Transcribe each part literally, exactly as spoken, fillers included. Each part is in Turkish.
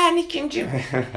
ben ikinciyim.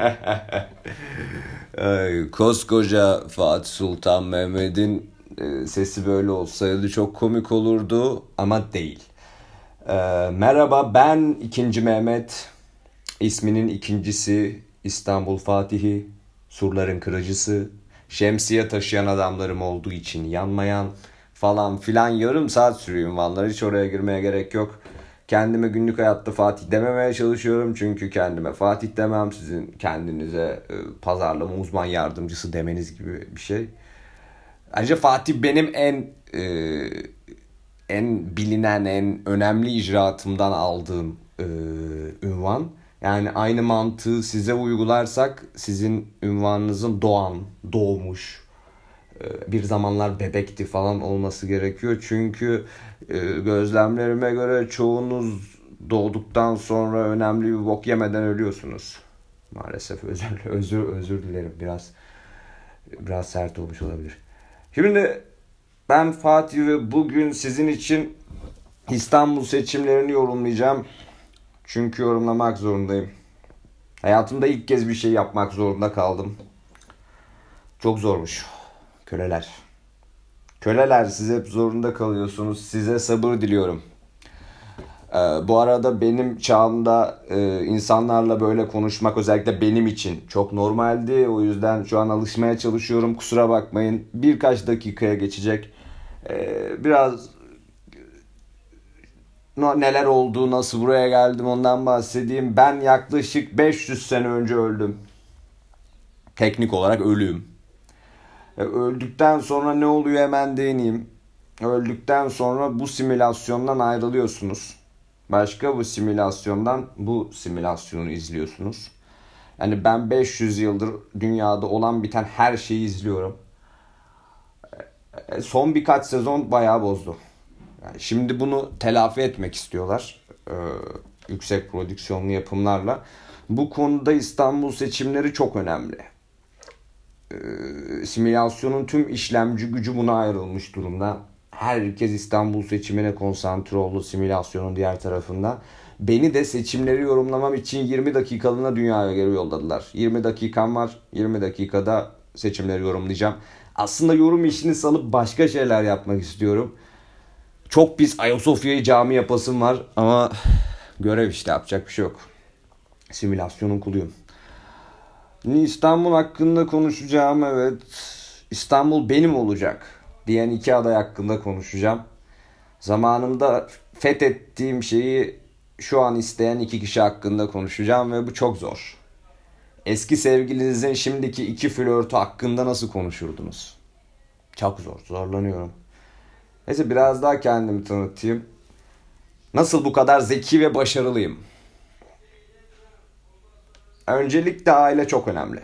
Ay, koskoca Fatih Sultan Mehmet'in e, sesi böyle olsaydı çok komik olurdu ama değil. E, merhaba, ben ikinci Mehmet. İsminin ikincisi, İstanbul Fatihi, surların kırıcısı, şemsiye taşıyan adamlarım olduğu için yanmayan falan filan, yarım saat sürüyor ünvanlar. Hiç oraya girmeye gerek yok. Kendime günlük hayatta Fatih dememeye çalışıyorum. Çünkü kendime Fatih demem sizin kendinize e, pazarlama uzman yardımcısı demeniz gibi bir şey. Ayrıca Fatih benim en e, en bilinen, en önemli icraatımdan aldığım e, ünvan. Yani aynı mantığı size uygularsak sizin ünvanınızın doğan, doğmuş, bir zamanlar bebekti falan olması gerekiyor. Çünkü gözlemlerime göre çoğunuz doğduktan sonra önemli bir bok yemeden ölüyorsunuz. Maalesef özür özür özür dilerim. Biraz biraz sert olmuş olabilir. Şimdi ben Fatih ve bugün sizin için İstanbul seçimlerini yorumlayacağım. Çünkü yorumlamak zorundayım. Hayatımda ilk kez bir şey yapmak zorunda kaldım. Çok zormuş. Köleler. Köleler, siz hep zorunda kalıyorsunuz. Size sabır diliyorum. Ee, bu arada benim çağımda e, insanlarla böyle konuşmak özellikle benim için çok normaldi. O yüzden şu an alışmaya çalışıyorum. Kusura bakmayın. Birkaç dakikaya geçecek. Ee, biraz neler oldu, nasıl buraya geldim ondan bahsedeyim. Ben yaklaşık beş yüz sene önce öldüm. Teknik olarak ölüyüm. Öldükten sonra ne oluyor hemen değineyim. Öldükten sonra bu simülasyondan ayrılıyorsunuz. Başka bu simülasyondan bu simülasyonu izliyorsunuz. Yani ben beş yüz yıldır dünyada olan biten her şeyi izliyorum. Son birkaç sezon bayağı bozdu. Yani şimdi bunu telafi etmek istiyorlar. Ee, yüksek prodüksiyonlu yapımlarla. Bu konuda İstanbul seçimleri çok önemli. Ee, simülasyonun tüm işlemci gücü buna ayrılmış durumda. Herkes İstanbul seçimine konsantre oldu simülasyonun diğer tarafında. Beni de seçimleri yorumlamam için yirmi dakikalığına dünyaya geri yolladılar. yirmi dakikam var. yirmi dakikada seçimleri yorumlayacağım. Aslında yorum işini salıp başka şeyler yapmak istiyorum. Çok pis Ayasofya'yı cami yapasım var ama görev işte, yapacak bir şey yok. Simülasyonun kuluyum. Şimdi İstanbul hakkında konuşacağım, evet. İstanbul benim olacak diyen iki aday hakkında konuşacağım. Zamanında fethettiğim şeyi şu an isteyen iki kişi hakkında konuşacağım ve bu çok zor. Eski sevgilinizin şimdiki iki flörtü hakkında nasıl konuşurdunuz? Çok zor, zorlanıyorum. Neyse, biraz daha kendimi tanıtayım. Nasıl bu kadar zeki ve başarılıyım? Öncelikle aile çok önemli.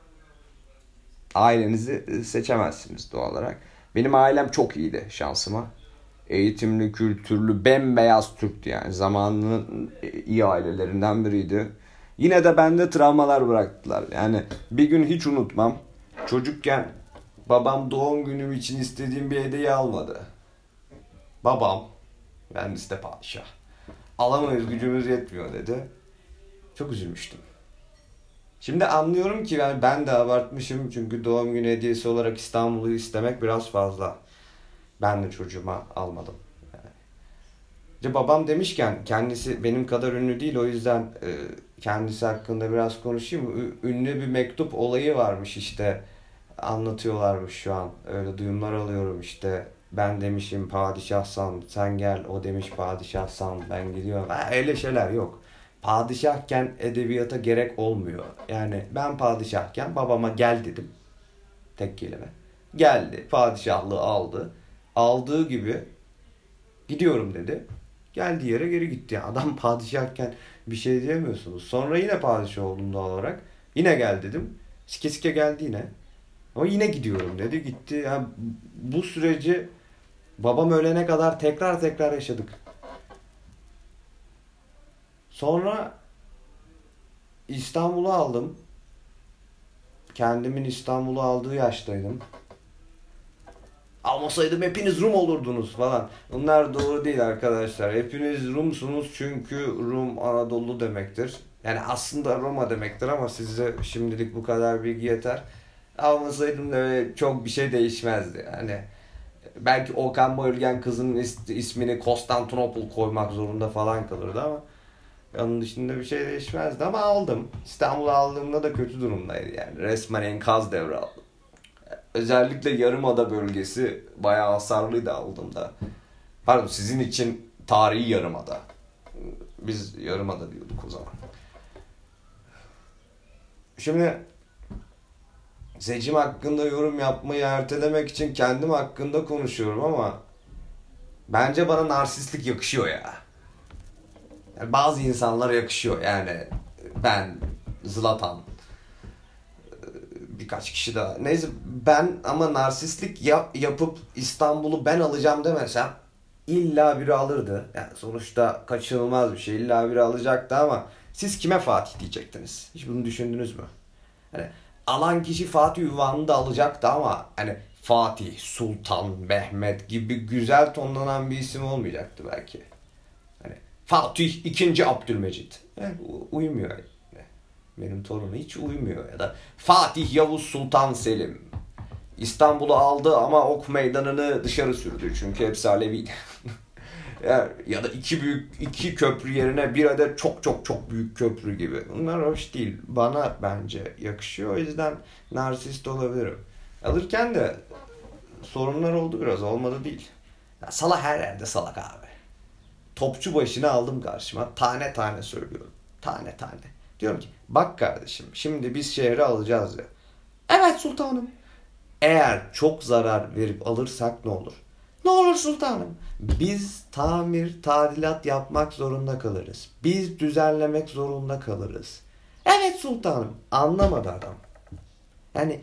Ailenizi seçemezsiniz doğal olarak. Benim ailem çok iyiydi şansıma. Eğitimli, kültürlü, bembeyaz Türktü yani. Zamanının iyi ailelerinden biriydi. Yine de bende travmalar bıraktılar. Yani bir gün hiç unutmam. Çocukken babam doğum günüm için istediğim bir hediye almadı. Babam, kendisi de padişah, alamayız, gücümüz yetmiyor dedi. Çok üzülmüştüm. Şimdi anlıyorum ki yani ben de abartmışım, çünkü doğum günü hediyesi olarak İstanbul'u istemek biraz fazla. Ben de çocuğuma almadım. Yani. Babam demişken, kendisi benim kadar ünlü değil, o yüzden e, kendisi hakkında biraz konuşayım. Ünlü bir mektup olayı varmış işte, anlatıyorlarmış şu an. Öyle duyumlar alıyorum işte. Ben demişim padişahsan sen gel, o demiş padişahsan ben gidiyorum. Ha, öyle şeyler yok. Padişahken edebiyata gerek olmuyor. Yani ben padişahken babama gel dedim. Tek kelime. Geldi. Padişahlığı aldı. Aldığı gibi gidiyorum dedi. Geldiği yere geri gitti. Yani adam padişahken bir şey diyemiyorsunuz. Sonra yine padişah oldum doğal olarak. Yine gel dedim. Sike sike geldi yine. Ama yine gidiyorum dedi. Gitti. Yani bu süreci babam ölene kadar tekrar tekrar yaşadık. Sonra İstanbul'u aldım. Kendimin İstanbul'u aldığı yaştaydım. Almasaydım hepiniz Rum olurdunuz falan. Bunlar doğru değil arkadaşlar. Hepiniz Rumsunuz çünkü Rum Anadolu demektir. Yani aslında Roma demektir ama size şimdilik bu kadar bilgi yeter. Almasaydım da öyle çok bir şey değişmezdi. Yani belki Okan Bayülgen kızının is- ismini Konstantinopol koymak zorunda falan kalırdı ama onun dışında bir şey değişmezdi ama aldım. İstanbul'u aldığımda da kötü durumdaydı yani. Resmen enkaz devraldı. Özellikle Yarımada bölgesi bayağı hasarlıydı aldığımda. Pardon, sizin için tarihi Yarımada. Biz Yarımada diyorduk o zaman. Şimdi seçim hakkında yorum yapmayı ertelemek için kendim hakkında konuşuyorum ama bence bana narsistlik yakışıyor ya. Yani bazı insanlara yakışıyor yani. Ben, Zlatan, birkaç kişi daha. Neyse, ben ama narsistlik yap, yapıp İstanbul'u ben alacağım demesem illa biri alırdı. Yani sonuçta kaçınılmaz bir şey. İlla biri alacaktı ama siz kime Fatih diyecektiniz? Hiç bunu düşündünüz mü? Hani alan kişi Fatih ünvanını da alacaktı ama hani Fatih, Sultan, Mehmet gibi güzel tonlanan bir isim olmayacaktı belki. Hani Fatih ikinci. Abdülmecit. Yani uymuyor. Benim torunu hiç uymuyor ya da Fatih Yavuz Sultan Selim. İstanbul'u aldı ama Ok Meydanı'nı dışarı sürdü çünkü hepsi Alevi. ya, ya da iki büyük iki köprü yerine bir adet çok çok çok büyük köprü gibi. Bunlar hoş değil. Bana bence yakışıyor. O yüzden narsist olabilirim. Alırken de sorunlar oldu biraz. Olmadı değil. Ya, salak her yerde salak abi. Topçu başına aldım karşıma. Tane tane söylüyorum. Tane tane. Diyorum ki bak kardeşim, şimdi biz şehri alacağız ya. Evet sultanım. Eğer çok zarar verip alırsak ne olur? Ne olur sultanım? Biz tamir, tadilat yapmak zorunda kalırız. Biz düzenlemek zorunda kalırız. Evet sultanım. Anlamadı adam. Yani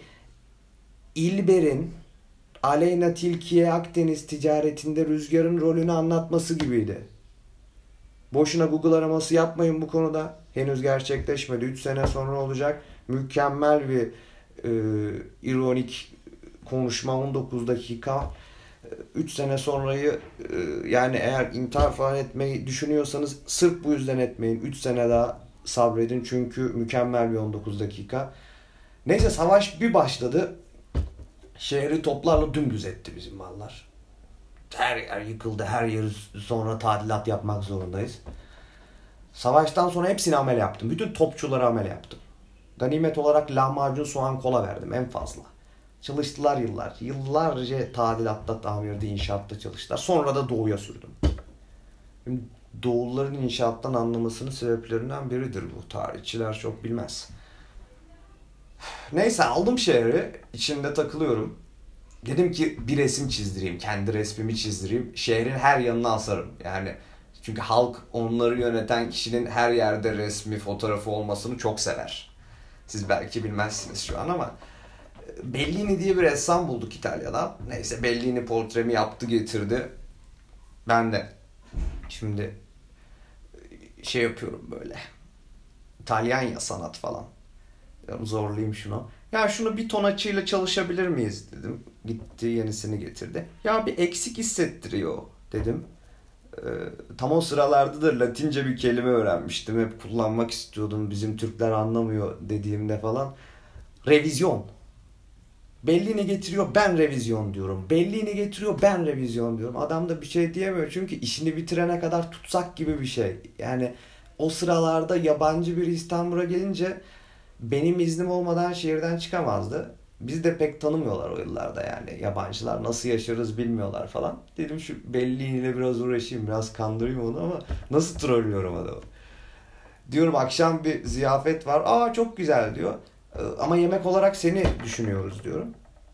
İlber'in Aleyna Tilki'ye Akdeniz ticaretinde Rüzgar'ın rolünü anlatması gibiydi. Boşuna Google araması yapmayın bu konuda. Henüz gerçekleşmedi. üç sene sonra olacak. Mükemmel bir e, ironik konuşma, on dokuz dakika. üç sene sonrayı e, yani eğer intihar falan etmeyi düşünüyorsanız sırf bu yüzden etmeyin. üç sene daha sabredin çünkü mükemmel bir on dokuz dakika. Neyse, savaş bir başladı. Şehri toplarla dümdüz etti bizim mallar. Her yer yıkıldı. Her yer sonra tadilat yapmak zorundayız. Savaştan sonra hepsini amel yaptım. Bütün topçuları amel yaptım. Ganimet olarak lahmacun, soğan, kola verdim en fazla. Çalıştılar yıllar. Yıllarca tadilatta, tamirde, inşaatta çalıştılar. Sonra da doğuya sürdüm. Şimdi doğulların inşaattan anlamasının sebeplerinden biridir bu. Tarihçiler çok bilmez. Neyse, aldım şehri. İçinde takılıyorum. Dedim ki bir resim çizdireyim. Kendi resmimi çizdireyim. Şehrin her yanına asarım. Yani çünkü halk onları yöneten kişinin her yerde resmi, fotoğrafı olmasını çok sever. Siz belki bilmezsiniz şu an ama Bellini diye bir ressam bulduk İtalya'dan. Neyse, Bellini portremi yaptı getirdi. Ben de şimdi şey yapıyorum böyle. İtalyan sanat falan. Zorlayayım şunu. Ya şunu bir ton açıyla çalışabilir miyiz dedim. Gitti yenisini getirdi. Ya bir eksik hissettiriyor dedim. Ee, tam o sıralardadır Latince bir kelime öğrenmiştim. Hep kullanmak istiyordum. Bizim Türkler anlamıyor dediğimde falan. Revizyon. Bellini getiriyor, ben revizyon diyorum. Bellini getiriyor, ben revizyon diyorum. Adam da bir şey diyemiyor çünkü işini bitirene kadar tutsak gibi bir şey. Yani o sıralarda yabancı bir İstanbul'a gelince benim iznim olmadan şehirden çıkamazdı. Biz de pek tanımıyorlar o yıllarda yani. Yabancılar nasıl yaşarız bilmiyorlar falan. Dedim şu Bellini'yle biraz uğraşayım, biraz kandırayım onu ama nasıl trollüyorum adamı. Diyorum akşam bir ziyafet var. Aa çok güzel diyor. Ama yemek olarak seni düşünüyoruz diyorum.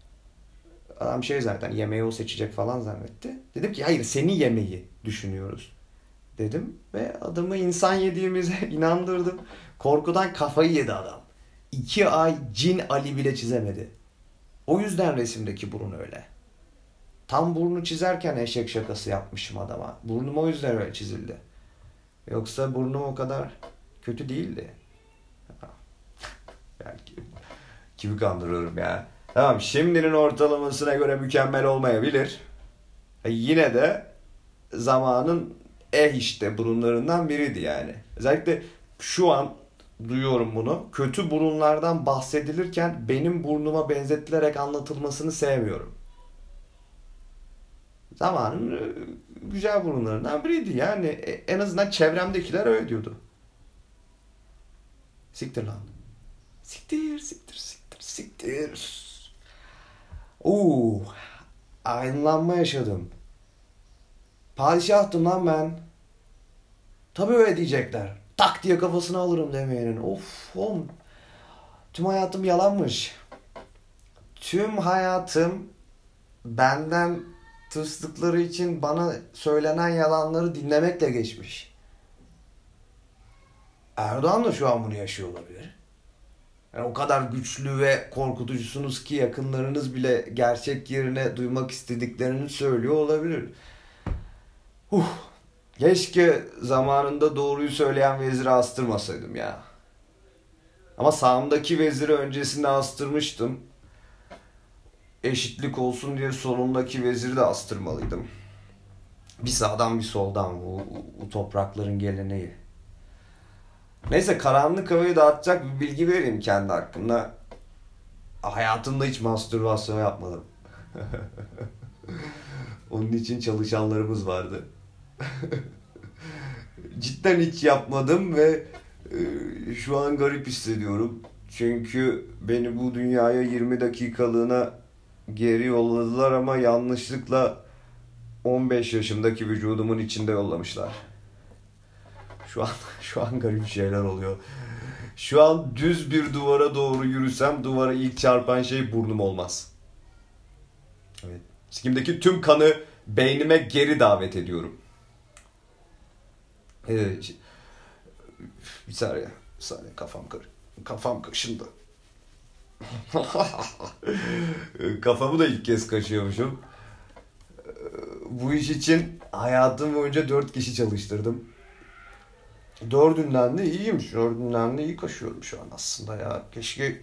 Adam şey zaten yemeği o seçecek falan zannetti. Dedim ki hayır, seni yemeği düşünüyoruz dedim. Ve adamı insan yediğimize inandırdım. Korkudan kafayı yedi adam. İki ay cin Ali bile çizemedi. O yüzden resimdeki burun öyle. Tam burnu çizerken eşek şakası yapmışım adama. Burnum o yüzden öyle çizildi. Yoksa burnum o kadar kötü değildi. Belki kimi kandırıyorum ya. Tamam, şimdinin ortalamasına göre mükemmel olmayabilir. E yine de zamanın eh işte burunlarından biriydi yani. Özellikle şu an duyuyorum bunu. Kötü burunlardan bahsedilirken benim burnuma benzetilerek anlatılmasını sevmiyorum. Zamanın e, güzel burunlarından biriydi yani. E, en azından çevremdekiler öyle diyordu. Siktir lan. Siktir, siktir, siktir, siktir. Oo, aydınlanma yaşadım. Padişahtım lan ben. Tabii öyle diyecekler. Tak diye kafasını alırım demeyenin. Of oğlum. Tüm hayatım yalanmış. Tüm hayatım benden tırstıkları için bana söylenen yalanları dinlemekle geçmiş. Erdoğan da şu an bunu yaşıyor olabilir. Yani o kadar güçlü ve korkutucusunuz ki yakınlarınız bile gerçek yerine duymak istediklerini söylüyor olabilir. Huh. Keşke zamanında doğruyu söyleyen veziri astırmasaydım ya. Ama sağımdaki veziri öncesinde astırmıştım. Eşitlik olsun diye solumdaki veziri de astırmalıydım. Bir sağdan bir soldan bu, bu toprakların geleneği. Neyse, karanlık havayı dağıtacak bir bilgi vereyim kendi hakkında. Hayatımda hiç mastürbasyon yapmadım. Onun için çalışanlarımız vardı. Cidden hiç yapmadım ve e, şu an garip hissediyorum. Çünkü beni bu dünyaya yirmi dakikalığına geri yolladılar ama yanlışlıkla on beş yaşımdaki vücudumun içinde yollamışlar. Şu an şu an garip şeyler oluyor. Şu an düz bir duvara doğru yürüsem duvara ilk çarpan şey burnum olmaz. Evet. Sikimdeki tüm kanı beynime geri davet ediyorum. Evet. Bir saniye. Bir saniye, kafam kır. Kafam kaşındı. Kafamı da ilk kez kaşıyormuşum. Bu iş için hayatım boyunca dört kişi çalıştırdım. Dördünden de iyiymiş. Dördünden de iyi kaşıyorum şu an aslında ya. Keşke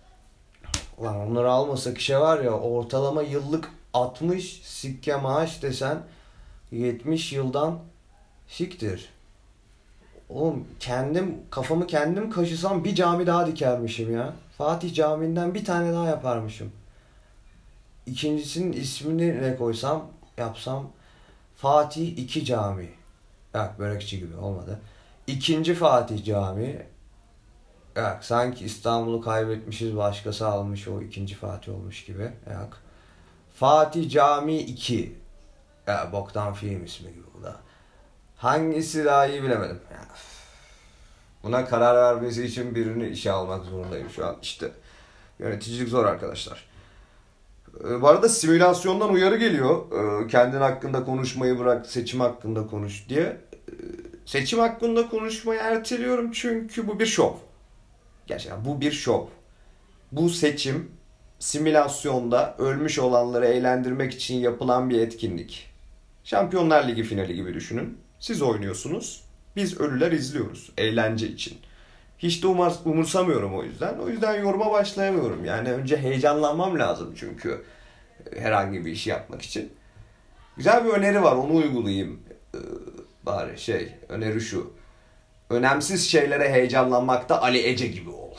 lan onları almasak işe var ya, ortalama yıllık altmış sikke maaş desen yetmiş yıldan siktir. Oğlum kendim kafamı kendim kaşısam bir cami daha dikermişim ya. Fatih Camii'nden bir tane daha yaparmışım. İkincisinin ismini ne koysam yapsam Fatih iki Cami. Yok, börekçi gibi olmadı. İkinci Fatih Camii. Yok, sanki İstanbul'u kaybetmişiz, başkası almış, o ikinci Fatih olmuş gibi. Yok. Fatih Camii iki. Ya, boktan film ismi gibi bu da. Hangisi daha iyi bilemedim. Ya, buna karar vermesi için birini işe almak zorundayım şu an. İşte yöneticilik zor arkadaşlar. Bu arada simülasyondan uyarı geliyor. Kendin hakkında konuşmayı bırak, seçim hakkında konuş diye. Seçim hakkında konuşmayı erteliyorum çünkü bu bir şov. Gerçekten bu bir şov. Bu seçim simülasyonda ölmüş olanları eğlendirmek için yapılan bir etkinlik. Şampiyonlar Ligi finali gibi düşünün. Siz oynuyorsunuz, biz ölüler izliyoruz eğlence için. Hiç de umar, umursamıyorum o yüzden. O yüzden yoruma başlayamıyorum. Yani önce heyecanlanmam lazım çünkü herhangi bir işi yapmak için. Güzel bir öneri var, onu uygulayayım. Ee, bari şey, öneri şu. Önemsiz şeylere heyecanlanmakta Ali Ece gibi ol.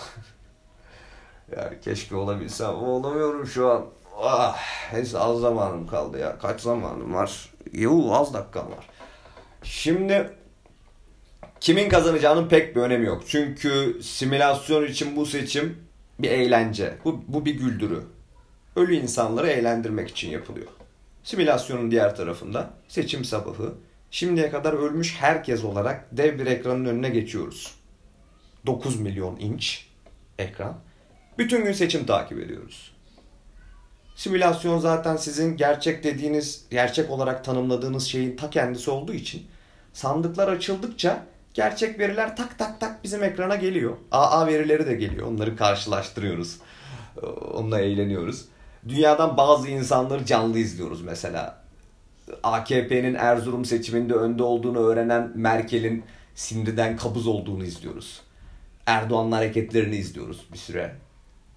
Yani keşke olabilsem ama olamıyorum şu an. Ah, neyse, az zamanım kaldı ya. Kaç zamanım var? Yuh, az dakikam var. Şimdi kimin kazanacağının pek bir önemi yok. Çünkü simülasyon için bu seçim bir eğlence. Bu, bu bir güldürü. Ölü insanları eğlendirmek için yapılıyor. Simülasyonun diğer tarafında seçim sabahı şimdiye kadar ölmüş herkes olarak dev bir ekranın önüne geçiyoruz. dokuz milyon inç ekran. Bütün gün seçim takip ediyoruz. Simülasyon zaten sizin gerçek dediğiniz, gerçek olarak tanımladığınız şeyin ta kendisi olduğu için sandıklar açıldıkça gerçek veriler tak tak tak bizim ekrana geliyor. A A verileri de geliyor. Onları karşılaştırıyoruz. Onunla eğleniyoruz. Dünyadan bazı insanları canlı izliyoruz mesela. A K P'nin Erzurum seçiminde önde olduğunu öğrenen Merkel'in sinirden kabuz olduğunu izliyoruz. Erdoğan'ın hareketlerini izliyoruz bir süre.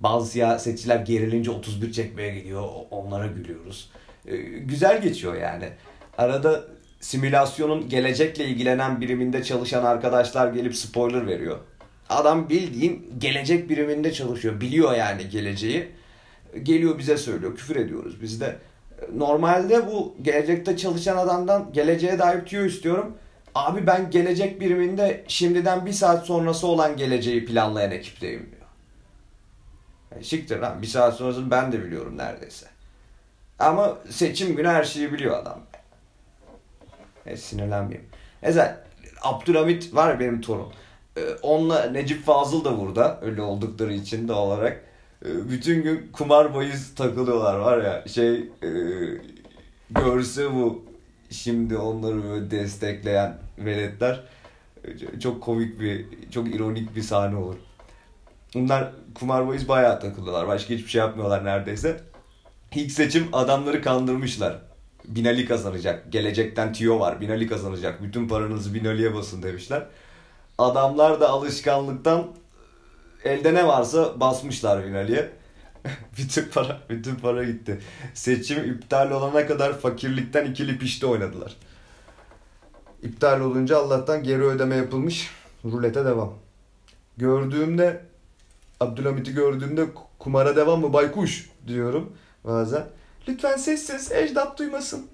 Bazı siyasetçiler gerilince otuz bir çekmeye gidiyor. Onlara gülüyoruz. Ee, güzel geçiyor yani. Arada simülasyonun gelecekle ilgilenen biriminde çalışan arkadaşlar gelip spoiler veriyor. Adam bildiğin gelecek biriminde çalışıyor. Biliyor yani geleceği. Geliyor bize söylüyor. Küfür ediyoruz biz de. Normalde bu gelecekte çalışan adamdan geleceğe dair tüyo istiyorum. Abi ben gelecek biriminde şimdiden bir saat sonrası olan geleceği planlayan ekipteyim diyor. Yani şıktır lan, bir saat sonrasını ben de biliyorum neredeyse. Ama seçim günü her şeyi biliyor adam. E, sinirlenmeyeyim. Mesela Abdülhamit var ya benim torun. E, onunla Necip Fazıl da burada. Öyle oldukları için doğal olarak. E, bütün gün kumar bahis takılıyorlar var ya. Şey e, görse bu şimdi onları böyle destekleyen veletler. E, çok komik bir, çok ironik bir sahne olur. Bunlar kumar bahis bayağı takılıyorlar. Başka hiçbir şey yapmıyorlar neredeyse. İlk seçim adamları kandırmışlar. Binali kazanacak. Gelecekten tüyo var. Binali kazanacak. Bütün paranızı Binali'ye basın demişler. Adamlar da alışkanlıktan elde ne varsa basmışlar Binali'ye. bütün para bütün para gitti. Seçim iptal olana kadar fakirlikten ikili pişti oynadılar. İptal olunca Allah'tan geri ödeme yapılmış. Rulete devam. Gördüğümde Abdülhamit'i gördüğümde kumara devam mı baykuş diyorum bazen. Lütfen sessiz, ecdat duymasın.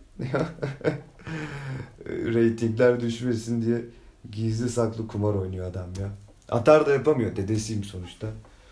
Ratingler düşmesin diye gizli saklı kumar oynuyor adam ya. Atar da yapamıyor, dedesiyim sonuçta.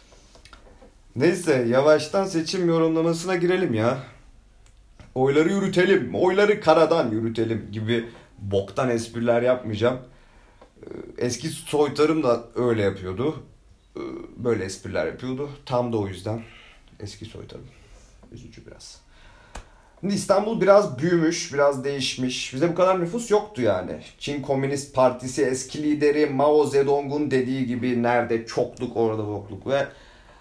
Neyse yavaştan seçim yorumlamasına girelim ya. Oyları yürütelim, oyları karadan yürütelim gibi boktan espriler yapmayacağım. Eski soytarım da öyle yapıyordu. Böyle espriler yapıyordu. Tam da o yüzden eski soytarım. Üzücü biraz. Şimdi İstanbul biraz büyümüş, biraz değişmiş. Bize bu kadar nüfus yoktu yani. Çin Komünist Partisi eski lideri Mao Zedong'un dediği gibi nerede çokluk orada bokluk ve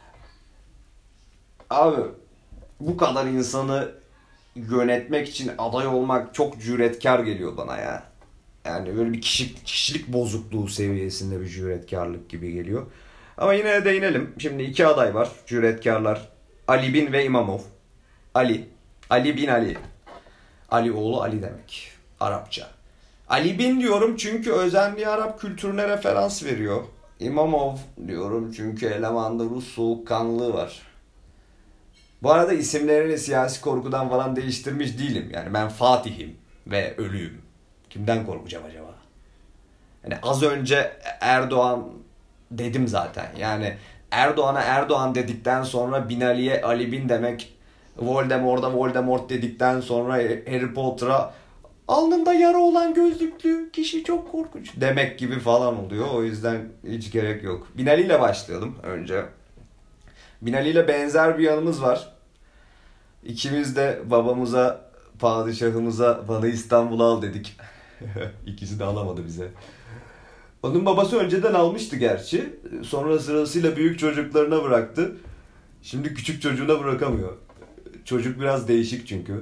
abi bu kadar insanı yönetmek için aday olmak çok cüretkar geliyor bana ya. Yani böyle bir kişilik, kişilik bozukluğu seviyesinde bir cüretkarlık gibi geliyor. Ama yine de değinelim. Şimdi iki aday var cüretkarlar. Ali Bin ve İmamov. Ali. Ali Bin Ali. Ali oğlu Ali demek. Arapça. Ali Bin diyorum çünkü özendiği Arap kültürüne referans veriyor. İmamov diyorum çünkü elemanda Rus soğukkanlılığı var. Bu arada isimlerini siyasi korkudan falan değiştirmiş değilim. Yani ben Fatih'im ve ölüyüm. Kimden korkacağım acaba? Yani az önce Erdoğan dedim zaten. Yani Erdoğan'a Erdoğan dedikten sonra Binali'ye Ali Bin demek, Voldemort'a Voldemort dedikten sonra Harry Potter'a alnında yara olan gözlüklü kişi çok korkunç demek gibi falan oluyor. O yüzden hiç gerek yok. Binali ile başlayalım önce. Binali ile benzer bir yanımız var. İkimiz de babamıza, padişahımıza bana İstanbul'u al dedik. İkisi de alamadı bize. Onun babası önceden almıştı gerçi. Sonra sırasıyla büyük çocuklarına bıraktı. Şimdi küçük çocuğuna bırakamıyor. Çocuk biraz değişik çünkü.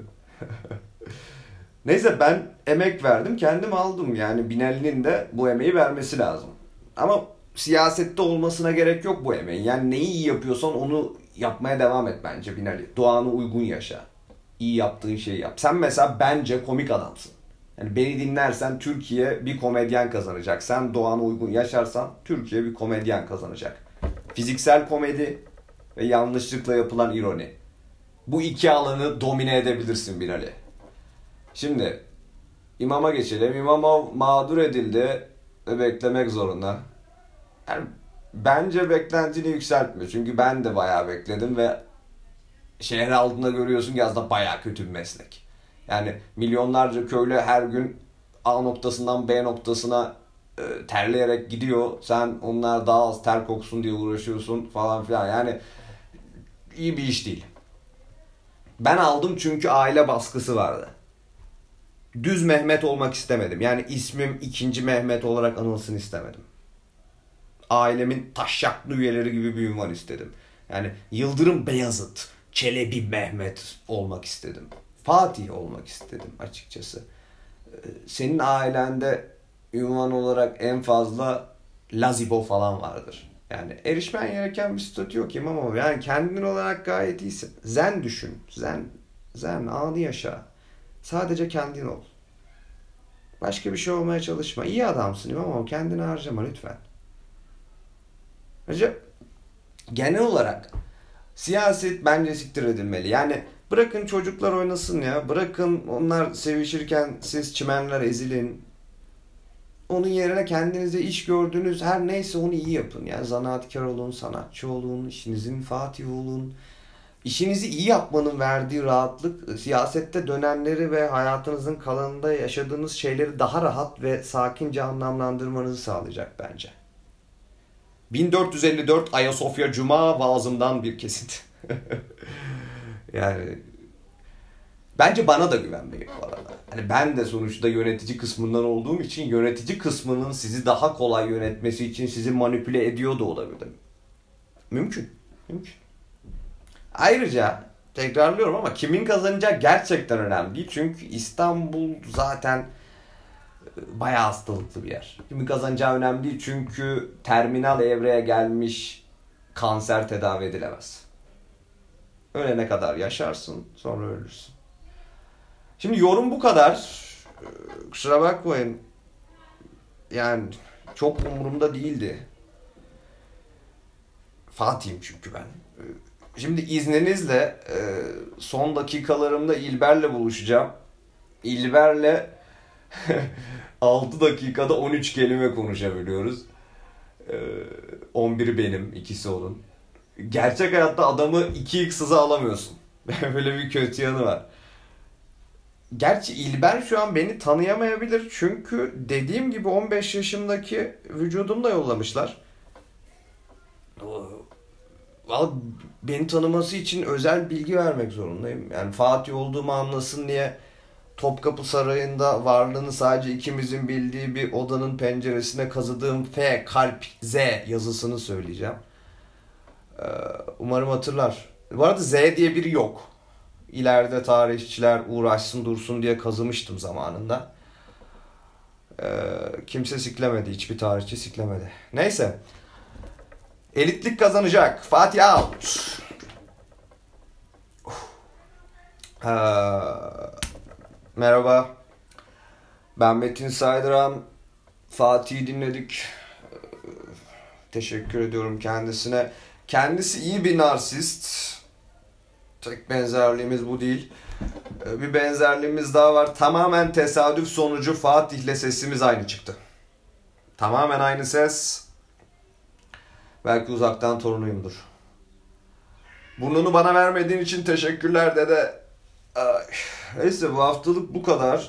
Neyse ben emek verdim, kendim aldım. Yani Binali'nin de bu emeği vermesi lazım. Ama siyasette olmasına gerek yok bu emeğin. Yani neyi iyi yapıyorsan onu yapmaya devam et bence Binali. Doğana uygun yaşa. İyi yaptığın şeyi yap. Sen mesela bence komik adamsın. Yani beni dinlersen Türkiye bir komedyen kazanacak. Sen doğana uygun yaşarsan Türkiye bir komedyen kazanacak. Fiziksel komedi ve yanlışlıkla yapılan ironi. Bu iki alanı domine edebilirsin Binali. Şimdi imama geçelim. İmama mağdur edildi ve beklemek zorunda. Yani bence beklentini yükseltmiyor. Çünkü ben de bayağı bekledim ve şehir altında görüyorsun ki aslında bayağı kötü bir meslek. Yani milyonlarca köylü her gün A noktasından B noktasına e, terleyerek gidiyor. Sen onlar daha az ter koksun diye uğraşıyorsun falan filan. Yani iyi bir iş değil. Ben aldım çünkü aile baskısı vardı. Düz Mehmet olmak istemedim. Yani ismim ikinci Mehmet olarak anılsın istemedim. Ailemin taşşaklı üyeleri gibi bir ünvan istedim. Yani Yıldırım Beyazıt, Çelebi Mehmet olmak istedim. Fatih olmak istedim açıkçası. Senin ailende ünvan olarak en fazla Lazibo falan vardır. Yani erişmen gereken bir statü yok İmamoğlu. Yani kendin olarak gayet iyisin. Zen düşün. Zen. Zen. Anı yaşa. Sadece kendin ol. Başka bir şey olmaya çalışma. İyi adamsın İmamoğlu. Kendini harcama lütfen. Ayrıca genel olarak siyaset bence siktir edilmeli. Yani bırakın çocuklar oynasın ya. Bırakın onlar sevişirken siz çimenler ezilin. Onun yerine kendinize iş gördüğünüz her neyse onu iyi yapın. Yani zanaatkar olun, sanatçı olun, işinizin fatihi olun. İşinizi iyi yapmanın verdiği rahatlık siyasette dönenleri ve hayatınızın kalanında yaşadığınız şeyleri daha rahat ve sakince anlamlandırmanızı sağlayacak bence. bin dört yüz elli dört Ayasofya Cuma vaazımdan bir kesit. Yani bence bana da güvenmeyin bu arada. Hani ben de sonuçta yönetici kısmından olduğum için yönetici kısmının sizi daha kolay yönetmesi için sizi manipüle ediyor da olabilir. Mümkün. Mümkün. Ayrıca tekrarlıyorum ama kimin kazanacağı gerçekten önemli değil. Çünkü İstanbul zaten bayağı hastalıklı bir yer. Kimin kazanacağı önemli değil. Çünkü terminal evreye gelmiş kanser tedavi edilemez. Ölene kadar yaşarsın, sonra ölürsün. Şimdi yorum bu kadar. Kusura bakmayın. Yani çok umurumda değildi. Fatih'im çünkü ben. Şimdi izninizle son dakikalarımda İlber'le buluşacağım. İlber'le altı dakikada on üç kelime konuşabiliyoruz. on biri benim, ikisi onun. Gerçek hayatta adamı iki x hıza alamıyorsun. Böyle bir kötü yanı var. Gerçi İlber şu an beni tanıyamayabilir. Çünkü dediğim gibi on beş yaşımdaki vücudumla da yollamışlar. Vallahi beni tanıması için özel bilgi vermek zorundayım. Yani Fatih olduğumu anlasın diye Topkapı Sarayı'nda varlığını sadece ikimizin bildiği bir odanın penceresine kazıdığım F, kalp, Z yazısını söyleyeceğim. Umarım hatırlar. Bu arada Z diye biri yok. İleride tarihçiler uğraşsın dursun diye kazımıştım zamanında. Ee, kimse siklemedi. Hiçbir tarihçi siklemedi. Neyse. Elitlik kazanacak. Fatih out. Ee, merhaba. Ben Metin Saydıran. Fatih'i dinledik. Ee, teşekkür ediyorum kendisine. Kendisi iyi bir narsist. Tek benzerliğimiz bu değil. Bir benzerliğimiz daha var. Tamamen tesadüf sonucu Fatih'le sesimiz aynı çıktı. Tamamen aynı ses. Belki uzaktan torunuyumdur. Burnunu bana vermediğin için teşekkürler dede. Neyse bu haftalık bu kadar.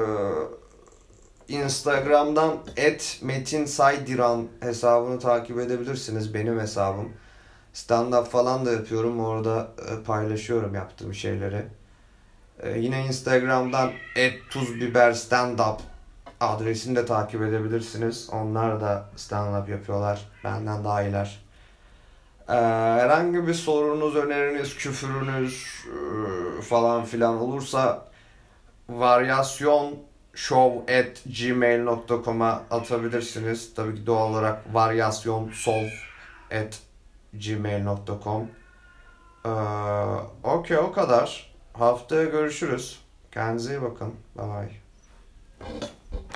Instagram'dan et metin saydiran hesabını takip edebilirsiniz. Benim hesabım. Stand-up falan da yapıyorum. Orada paylaşıyorum yaptığım şeyleri. Ee, yine Instagram'dan et tuzbiber standup adresini de takip edebilirsiniz. Onlar da stand-up yapıyorlar. Benden daha iyiler. Ee, herhangi bir sorunuz, öneriniz, küfürünüz e, falan filan olursa varyasyon show at gmail nokta com'a atabilirsiniz. Tabii ki doğal olarak varyasyonsol at gmail nokta com. Ee, Okey o kadar. Haftaya görüşürüz. Kendinize iyi bakın. Bye bye.